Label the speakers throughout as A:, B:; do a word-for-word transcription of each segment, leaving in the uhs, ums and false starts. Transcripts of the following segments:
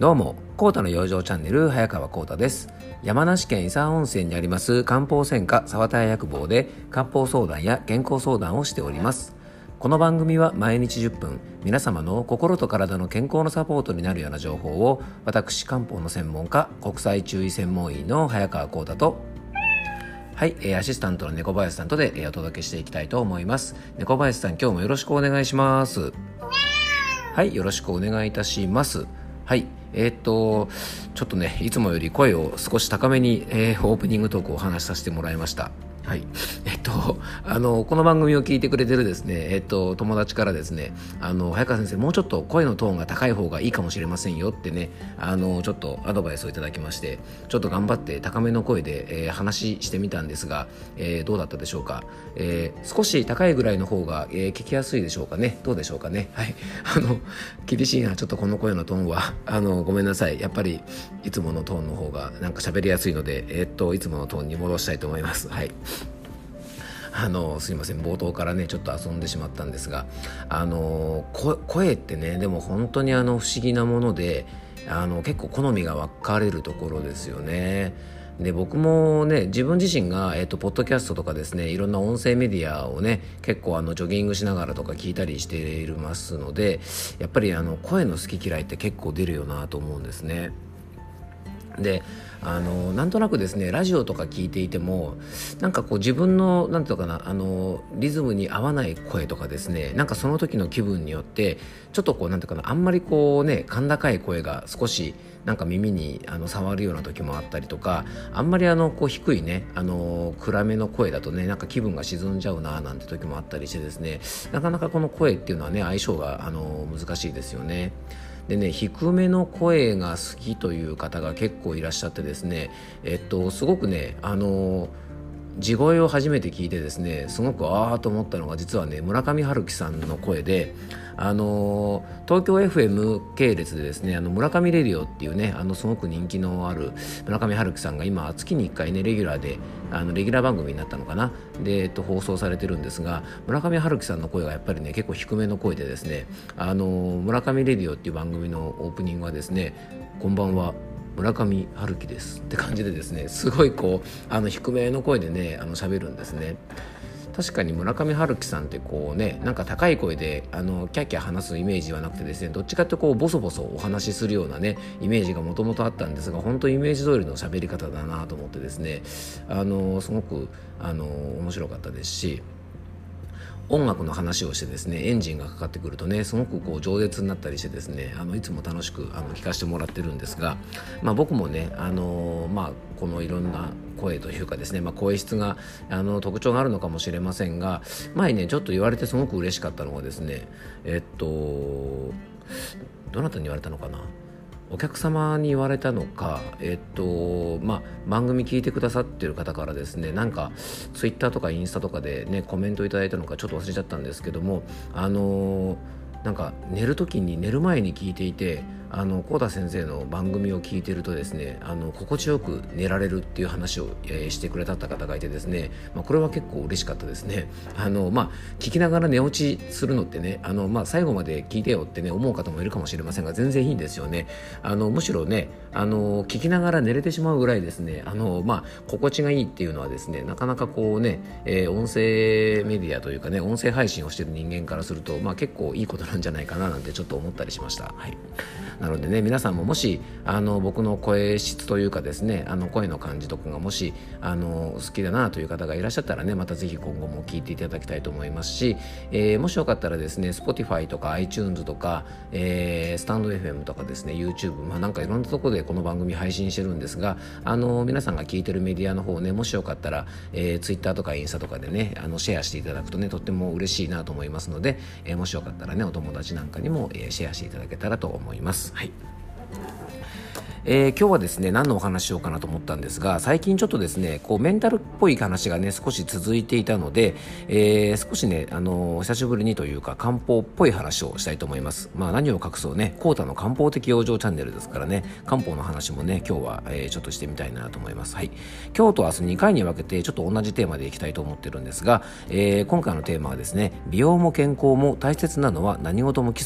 A: どうも、コータの養生チャンネル早川コータです。山梨県伊佐温泉にあります漢方専科沢田屋薬房で漢方相談や健康相談をしております。この番組は毎日じゅっぷん、皆様の心と体の健康のサポートになるような情報を、私漢方の専門家、国際中医専門医の早川コータとはい、アシスタントの猫林さんとでお届けしていきたいと思います。猫林さん、今日もよろしくお願いします。はい、よろしくお願いいたします。はい、えー、っとちょっとね、いつもより声を少し高めに、えー、オープニングトークをお話しさせてもらいました。はい、えっとあのこの番組を聞いてくれてるですね、えっと友達からですね、あの早川先生、もうちょっと声のトーンが高い方がいいかもしれませんよってね、あのちょっとアドバイスをいただきまして、ちょっと頑張って高めの声で、えー、話してみたんですが、えー、どうだったでしょうか。えー、少し高いぐらいの方が、えー、聞きやすいでしょうかね。どうでしょうかね。はい、あの厳しいな、ちょっとこの声のトーンはあのごめんなさい。やっぱりいつものトーンの方がなんか喋りやすいので、えー、っといつものトーンに戻したいと思います。はい、あのすいません、冒頭からねちょっと遊んでしまったんですが、あの声ってね、でも本当にあの不思議なもので、あの結構好みが分かれるところですよね。で、僕もね、自分自身が、えーと、ポッドキャストとかですね、いろんな音声メディアをね、結構あのジョギングしながらとか聞いたりしていますので、やっぱりあの声の好き嫌いって結構出るよなと思うんですね。で、あのなんとなくですね、ラジオとか聞いていても、なんかこう自分のなんていうのかな、あのリズムに合わない声とかですね、なんかその時の気分によってちょっとこうなんていうかな、あんまりこうね、甲高い声が少しなんか耳にあの触るような時もあったりとか、あんまりあのこう低いね、あの暗めの声だとね、なんか気分が沈んじゃうななんて時もあったりしてですね、なかなかこの声っていうのはね、相性があの難しいですよね。でね、低めの声が好きという方が結構いらっしゃってですね、えっとすごくね、あの地声を初めて聞いてですね、すごくああと思ったのが、実はね、村上春樹さんの声で、あの東京 エフエム 系列でですね、あの村上レディオっていうね、あのすごく人気のある村上春樹さんが今月にいっかいね、レギュラーであのレギュラー番組になったのかな、で、えっと、放送されてるんですが、村上春樹さんの声がやっぱりね、結構低めの声でですね、あの村上レディオっていう番組のオープニングはですね、こんばんは、村上春樹ですって感じでですね、すごいこうあの低めの声でね、あの喋るんですね。確かに村上春樹さんってこうね、なんか高い声であのキャッキャ話すイメージはなくてですね、どっちかってこうボソボソお話しするようなねイメージがもともとあったんですが、本当イメージ通りの喋り方だなと思ってですね、あのすごくあの面白かったですし、音楽の話をしてですね、エンジンがかかってくるとね、すごくこう饒舌になったりしてですね、あのいつも楽しくあの聞かせてもらってるんですが、まあ、僕もね、あのまあ、このいろんな声というかですね、まあ、声質があの特徴があるのかもしれませんが、前ねちょっと言われてすごく嬉しかったのがですね、えっとどなたに言われたのかな、お客様に言われたのか、えっとまあ、番組聞いてくださってる方からですね、なんかツイッターとかインスタとかでねコメントいただいたのかちょっと忘れちゃったんですけども、あのなんか寝る時に寝る前に聞いていて、あのコータ先生の番組を聞いてるとですね、あの心地よく寝られるっていう話を、えー、してくれた方がいてですね、まあ、これは結構嬉しかったですね。あの、まあ、聞きながら寝落ちするのってね、あの、まあ、最後まで聞いてよってね思う方もいるかもしれませんが、全然いいんですよね。あのむしろね、あの聞きながら寝れてしまうぐらいですね、あの、まあ、心地がいいっていうのはですね、なかなかこうね、えー、音声メディアというかね、音声配信をしている人間からすると、まあ、結構いいことなんじゃないかななんてちょっと思ったりしました。はい、なのでね、皆さんももしあの僕の声質というかですね、あの声の感じとかがもしあの好きだなという方がいらっしゃったらね、またぜひ今後も聞いていただきたいと思いますし、えー、もしよかったらですね、 Spotify とか iTunes とか、えー、スタンド エフエム とかですね、 YouTube、まあ、なんかいろんなところでこの番組配信してるんですが、あの皆さんが聞いてるメディアの方ね、もしよかったら、えー、Twitter とかインスタとかでね、あのシェアしていただくとね、とっても嬉しいなと思いますので、えー、もしよかったらね、お友達なんかにも、えー、シェアしていただけたらと思います。はい、えー、今日はですね、何のお話しようかなと思ったんですが、最近ちょっとですね、こうメンタルっぽい話がね少し続いていたので、えー、少しね、あのー、久しぶりにというか漢方っぽい話をしたいと思います。まあ、何を隠そうね、コータの漢方的養生チャンネルですからね、漢方の話もね今日は、えー、ちょっとしてみたいなと思います。はい、今日と明日にかいに分けてちょっと同じテーマでいきたいと思ってるんですが、えー、今回のテーマはですね、美容も健康も大切なのは何事も基礎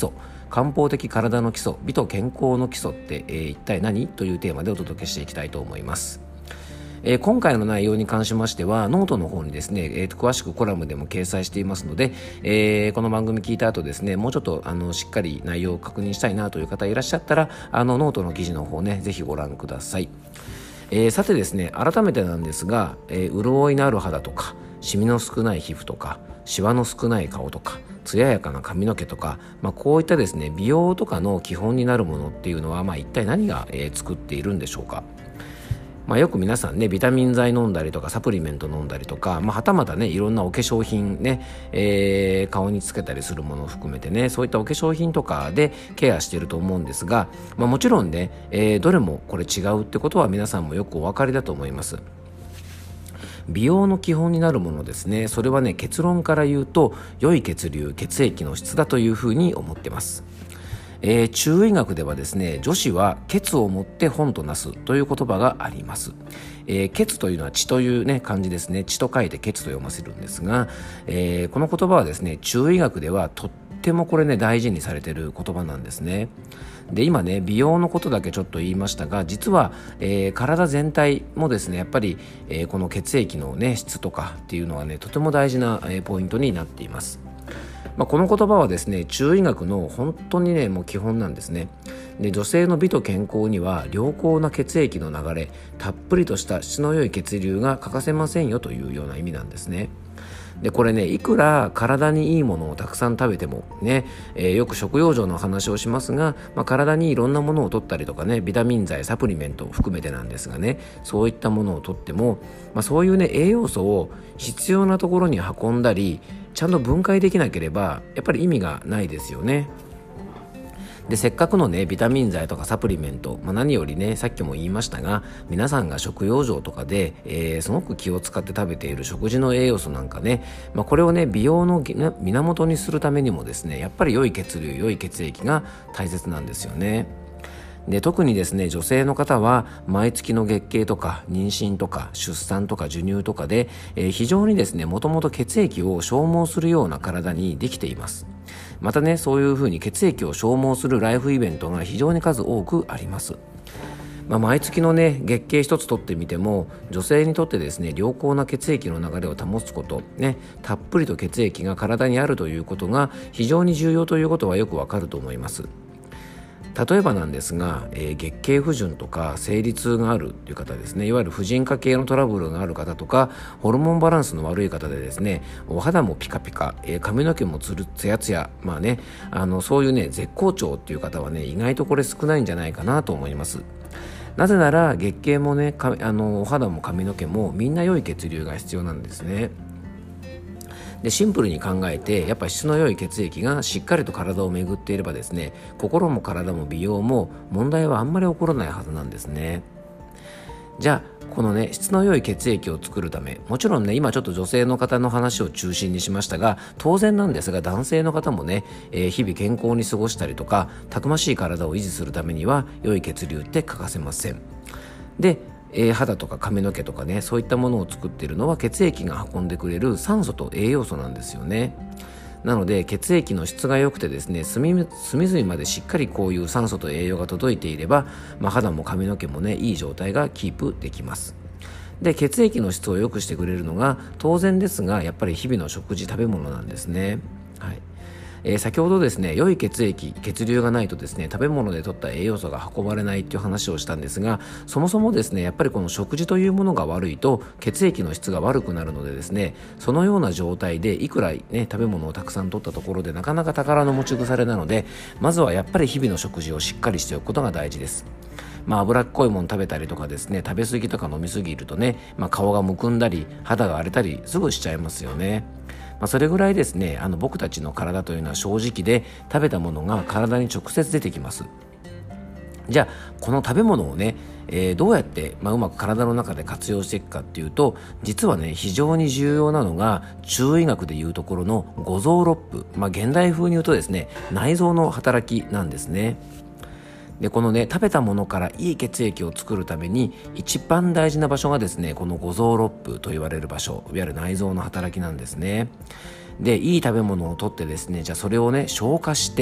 A: 漢方的体の基礎、美と健康の基礎って、えー、一体何というテーマでお届けしていきたいと思います。えー、今回の内容に関しましてはノートの方にですね、えー、と詳しくコラムでも掲載していますので、えー、この番組聞いた後ですね、もうちょっとあのしっかり内容を確認したいなという方いらっしゃったら、あのノートの記事の方ね、ぜひご覧ください。えー、さてですね、改めてなんですが、えー、潤いのある肌とかシミの少ない皮膚とかシワの少ない顔とか艶やかな髪の毛とか、まあ、こういったですね美容とかの基本になるものっていうのは、まあ、一体何が、えー、作っているんでしょうか。まあ、よく皆さんね、ビタミン剤飲んだりとかサプリメント飲んだりとか、まあ、はたまたねいろんなお化粧品ね、えー、顔につけたりするものを含めてね、そういったお化粧品とかでケアしていると思うんですが、まあ、もちろんね、えー、どれもこれ違うってことは皆さんもよくお分かりだと思います。美容の基本になるものですね、それはね、結論から言うと良い血流、血液の質だというふうに思ってます。えー、中医学ではですね、女子は血をもって本となすという言葉があります。えー、血というのは血というね漢字ですね。血と書いて血と読ませるんですが、えー、この言葉はですね、中医学ではとってもこれね大事にされている言葉なんですね。で、今ね美容のことだけちょっと言いましたが、実は、えー、体全体もですね、やっぱり、えー、この血液のね質とかっていうのはね、とても大事な、えー、ポイントになっています。まあ、この言葉はですね、中医学の本当にねもう基本なんですね。で、女性の美と健康には良好な血液の流れ、たっぷりとした質の良い血流が欠かせませんよというような意味なんですね。で、これね、いくら体にいいものをたくさん食べてもね、えー、よく食用上の話をしますが、まあ、体にいろんなものを取ったりとかね、ビタミン剤、サプリメントを含めてなんですがね、そういったものを取っても、まあ、そういうね栄養素を必要なところに運んだりちゃんと分解できなければやっぱり意味がないですよね。で、せっかくのねビタミン剤とかサプリメント、まあ、何よりねさっきも言いましたが、皆さんが食用上とかで、えー、すごく気を使って食べている食事の栄養素なんかね、まあ、これをね美容の源にするためにもですね、やっぱり良い血流、良い血液が大切なんですよね。で、特にですね女性の方は毎月の月経とか妊娠とか出産とか授乳とかで、えー、非常にですねもともと血液を消耗するような体にできています。またね、そういうふうに血液を消耗するライフイベントが非常に数多くあります。まあ、毎月のね月経一つとってみても、女性にとってですね良好な血液の流れを保つことね、たっぷりと血液が体にあるということが非常に重要ということはよくわかると思います。例えばなんですが、えー、月経不順とか生理痛があるという方ですね、いわゆる婦人科系のトラブルがある方とか、ホルモンバランスの悪い方でですね、お肌もピカピカ、えー、髪の毛もつるつやつや、まあね、あのそういうね絶好調っていう方はね、意外とこれ少ないんじゃないかなと思います。なぜなら月経もね、かあのお肌も髪の毛もみんな良い血流が必要なんですね。で、シンプルに考えて、やっぱり質の良い血液がしっかりと体を巡っていればですね、心も体も美容も問題はあんまり起こらないはずなんですね。じゃあこのね質の良い血液を作るため、もちろんね今ちょっと女性の方の話を中心にしましたが、当然なんですが男性の方もね、えー、日々健康に過ごしたりとかたくましい体を維持するためには良い血流って欠かせません。で、えー、肌とか髪の毛とかね、そういったものを作っているのは血液が運んでくれる酸素と栄養素なんですよね。なので血液の質が良くてですね、隅々までしっかりこういう酸素と栄養が届いていれば、まあ、肌も髪の毛もねいい状態がキープできます。で、血液の質を良くしてくれるのが当然ですがやっぱり日々の食事、食べ物なんですね。はい。えー、先ほどですね良い血液、血流がないとですね食べ物で取った栄養素が運ばれないという話をしたんですが、そもそもですねやっぱりこの食事というものが悪いと血液の質が悪くなるのでですね、そのような状態でいくらね食べ物をたくさん取ったところでなかなか宝の持ち腐れなので、まずはやっぱり日々の食事をしっかりしておくことが大事です。まあ、脂っこいもの食べたりとかですね、食べ過ぎとか飲み過ぎるとね、まあ、顔がむくんだり肌が荒れたりすぐしちゃいますよね。まあ、それぐらいですね、あの僕たちの体というのは正直で、食べたものが体に直接出てきます。じゃあこの食べ物をね、えー、どうやって、まあ、うまく体の中で活用していくかっていうと、実はね非常に重要なのが中医学でいうところの五臓六腑、まあ、現代風に言うとですね内臓の働きなんですね。で、このね食べたものからいい血液を作るために一番大事な場所がですね、この五臓六腑と言われる場所、いわゆる内臓の働きなんですね。で、いい食べ物をとってですね、じゃあそれをね消化して、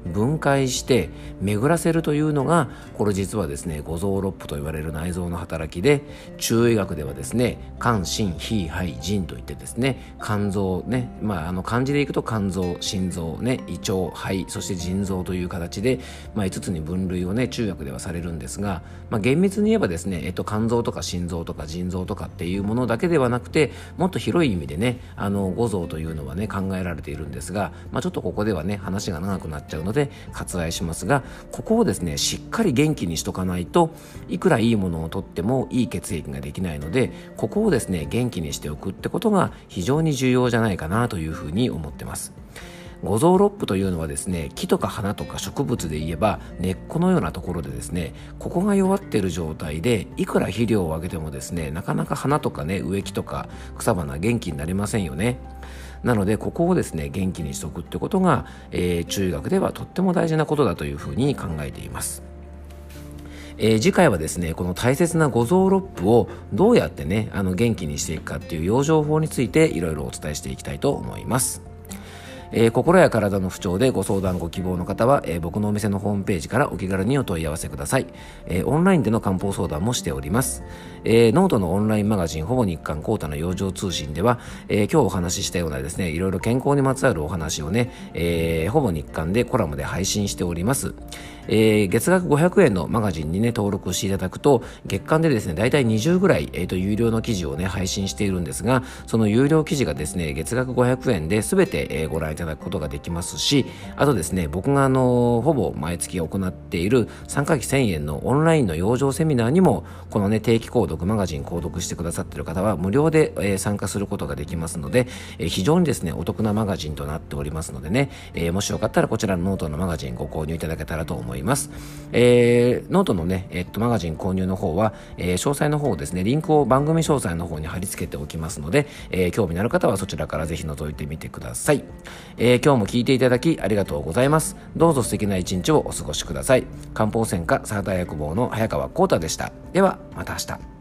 A: 分解して巡らせるというのが、これ実はですね五臓六腑と言われる内臓の働きで、中医学ではですね肝心脾肺腎といってですね、肝臓ね、まあ、あの漢字でいくと肝臓、心臓ね、胃腸、肺、そして腎臓という形で、まあ、いつつに分類をね中学ではされるんですが、まあ、厳密に言えばですね、えっと、肝臓とか心臓とか腎臓とかっていうものだけではなくて、もっと広い意味でね、あの五臓というのはね考えられているんですが、まあ、ちょっとここではね話が長くなっちゃうので割愛しますが、ここをですねしっかり元気にしとかないと、いくらいいものをとってもいい血液ができないので、ここをですね元気にしておくってことが非常に重要じゃないかなというふうに思ってます。五臓六腑というのはですね、木とか花とか植物で言えば根っこのようなところでですね、ここが弱っている状態でいくら肥料をあげてもですね、なかなか花とかね植木とか草花元気になりませんよね。なのでここをですね元気にしておくってことが、えー、中医学ではとっても大事なことだというふうに考えています。えー、次回はですね、この大切な五臓六腑をどうやってねあの元気にしていくかっていう養生法についていろいろお伝えしていきたいと思います。えー、心や体の不調でご相談ご希望の方は、えー、僕のお店のホームページからお気軽にお問い合わせください。えー、オンラインでの漢方相談もしております。えー、ノートのオンラインマガジンほぼ日刊コータの養生通信では、えー、今日お話ししたようなですね、いろいろ健康にまつわるお話をね、えー、ほぼ日刊でコラムで配信しております。えー、月額ごひゃくえんのマガジンにね登録していただくと、月間でですねだいたいにじゅうぐらい、えー、と有料の記事をね配信しているんですが、その有料記事がですね月額ごひゃくえんで全て、えー、ご覧いただくことができますし、あとですね僕があのほぼ毎月行っている参加費せんえんのオンラインの養生セミナーにも、このね定期購読マガジン購読してくださっている方は無料で、えー、参加することができますので、えー、非常にですねお得なマガジンとなっておりますのでね、えー、もしよかったらこちらのノートのマガジンご購入いただけたらと思います。えー、ノートのね、えっと、マガジン購入の方は、えー、詳細の方をですねリンクを番組詳細の方に貼り付けておきますので、えー、興味のある方はそちらからぜひ覗いてみてください。えー、今日も聞いていただきありがとうございます。どうぞ素敵な一日をお過ごしください。漢方専科サーター薬房の早川浩太でした。ではまた明日。